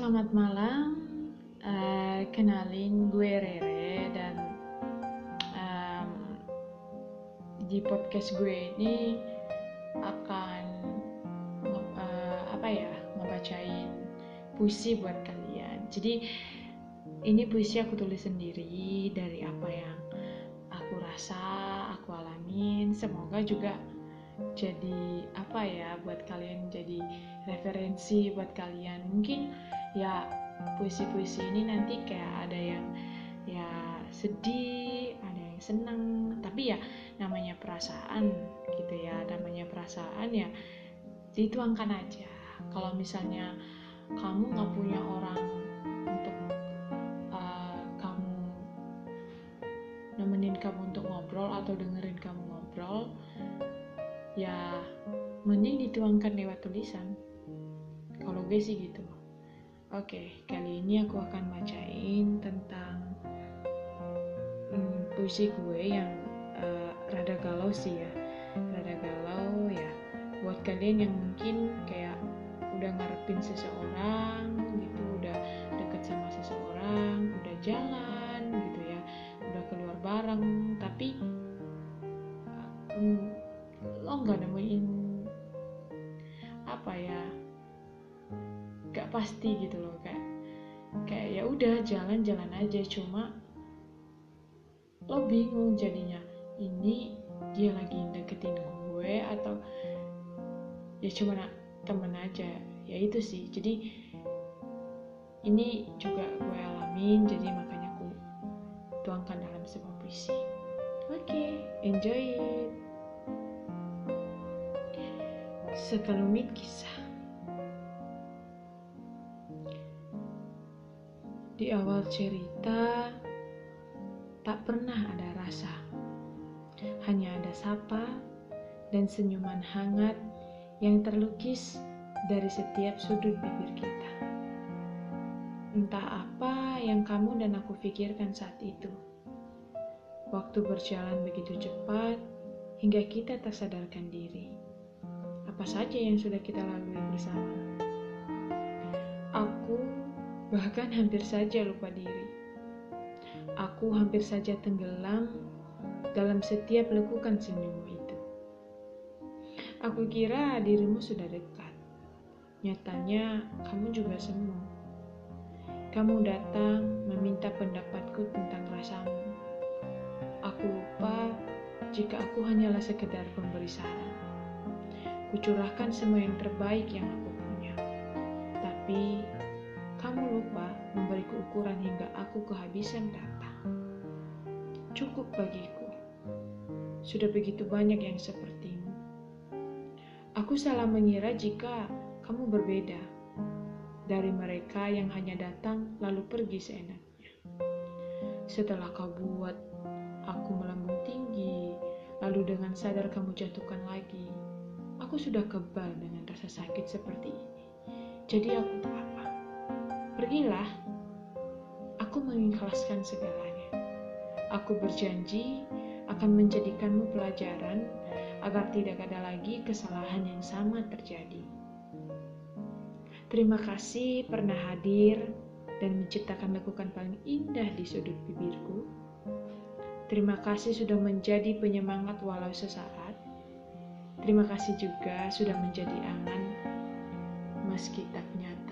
Selamat malam, kenalin gue Rere dan di podcast gue ini akan ngebacain puisi buat kalian. Jadi ini puisi aku tulis sendiri dari apa yang aku rasa, aku alamin. Semoga juga jadi buat kalian, jadi referensi buat kalian. Mungkin ya puisi-puisi ini nanti kayak ada yang ya sedih, ada yang senang, tapi ya namanya perasaan gitu ya, namanya perasaan ya dituangkan aja. Kalau misalnya kamu nggak punya orang untuk kamu nemenin kamu untuk ngobrol atau dengerin kamu ngobrol, ya mending dituangkan lewat tulisan. Kalau gue sih gitu. Oke, kali ini aku akan bacain tentang puisi gue yang rada galau sih ya. Rada galau ya. Buat kalian yang mungkin kayak udah ngarepin seseorang gitu, udah deket sama seseorang, udah jalan gitu ya, udah keluar bareng, tapi lo nggak nemuin gak pasti gitu loh, kayak ya udah jalan-jalan aja, cuma lo bingung jadinya, ini dia lagi deketin gue atau ya cuma temen aja. Ya itu sih, jadi ini juga gue alamin, jadi makanya aku tuangkan dalam sebuah puisi. Oke, enjoy it. Sekelumit kisah. Di awal cerita, tak pernah ada rasa. Hanya ada sapa dan senyuman hangat yang terlukis dari setiap sudut bibir kita. Entah apa yang kamu dan aku pikirkan saat itu. Waktu berjalan begitu cepat hingga kita tak sadarkan diri. Apa saja yang sudah kita lalui bersama. Aku bahkan hampir saja lupa diri. Aku hampir saja tenggelam dalam setiap lekukan senyummu itu. Aku kira dirimu sudah dekat. Nyatanya kamu juga semu. Kamu datang meminta pendapatku tentang rasamu. Aku lupa jika aku hanyalah sekedar pemberi saran. Kucurahkan semua yang terbaik yang aku punya. Tapi kamu lupa memberiku ukuran hingga aku kehabisan kata. Cukup bagiku. Sudah begitu banyak yang sepertimu. Aku salah mengira jika kamu berbeda dari mereka yang hanya datang lalu pergi seenaknya. Setelah kau buat aku melambung tinggi, lalu dengan sadar kamu jatuhkan lagi, aku sudah kebal dengan rasa sakit seperti ini. Jadi aku tak apa. Pergilah, aku mengikhlaskan segalanya. Aku berjanji akan menjadikanmu pelajaran agar tidak ada lagi kesalahan yang sama terjadi. Terima kasih pernah hadir dan menciptakan lekukan paling indah di sudut bibirku. Terima kasih sudah menjadi penyemangat walau sesaat. Terima kasih juga sudah menjadi angan meski tak nyata.